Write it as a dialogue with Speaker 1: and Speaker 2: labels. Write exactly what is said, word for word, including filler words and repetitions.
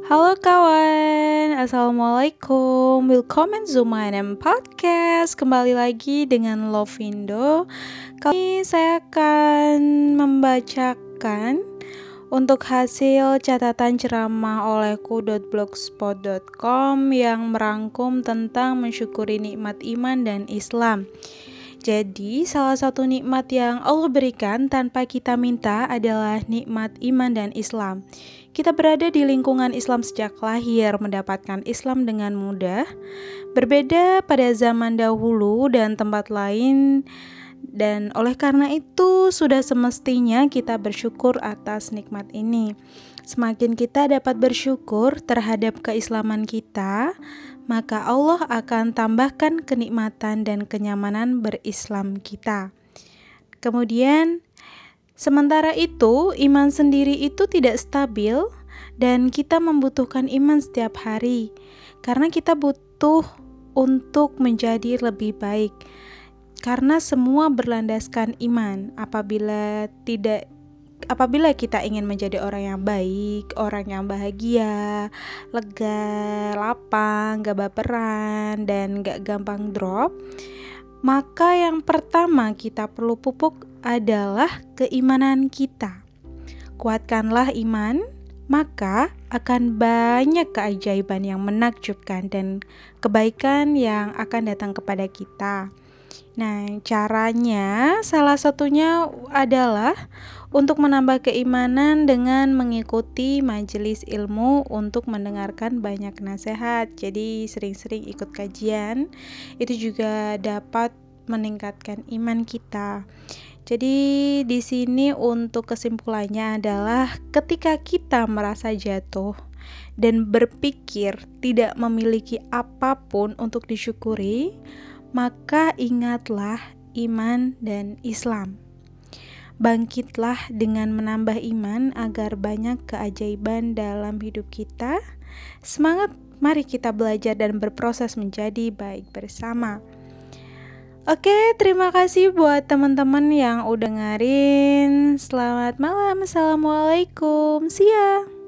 Speaker 1: Halo kawan, Assalamualaikum. Willkommen zu meinem podcast. Kembali lagi dengan Lovindo. Kali ini saya akan membacakan untuk hasil catatan ceramah olehku dot blogspot dot com yang merangkum tentang mensyukuri nikmat iman dan Islam. Jadi, salah satu nikmat yang Allah berikan tanpa kita minta adalah nikmat iman dan Islam. Kita berada di lingkungan Islam sejak lahir, mendapatkan Islam dengan mudah. Berbeda pada zaman dahulu dan tempat lain, dan oleh karena itu sudah semestinya kita bersyukur atas nikmat ini. Semakin kita dapat bersyukur terhadap keislaman kita, maka Allah akan tambahkan kenikmatan dan kenyamanan berislam kita. Kemudian, sementara itu, iman sendiri itu tidak stabil dan kita membutuhkan iman setiap hari karena kita butuh untuk menjadi lebih baik. Karena semua berlandaskan iman. Apabila tidak apabila kita ingin menjadi orang yang baik, orang yang bahagia, lega, lapang, gak baperan, dan gak gampang drop, maka yang pertama kita perlu pupuk adalah keimanan kita. Kuatkanlah iman, maka akan banyak keajaiban yang menakjubkan dan kebaikan yang akan datang kepada kita. Nah, caranya salah satunya adalah untuk menambah keimanan dengan mengikuti majelis ilmu untuk mendengarkan banyak nasihat. Jadi sering-sering ikut kajian, itu juga dapat meningkatkan iman kita. Jadi di sini untuk kesimpulannya adalah ketika kita merasa jatuh dan berpikir tidak memiliki apapun untuk disyukuri, maka ingatlah iman dan Islam. Bangkitlah dengan menambah iman agar banyak keajaiban dalam hidup kita. Semangat, mari kita belajar dan berproses menjadi baik bersama. Oke, terima kasih buat teman-teman yang udah dengerin. Selamat malam, assalamualaikum, see ya.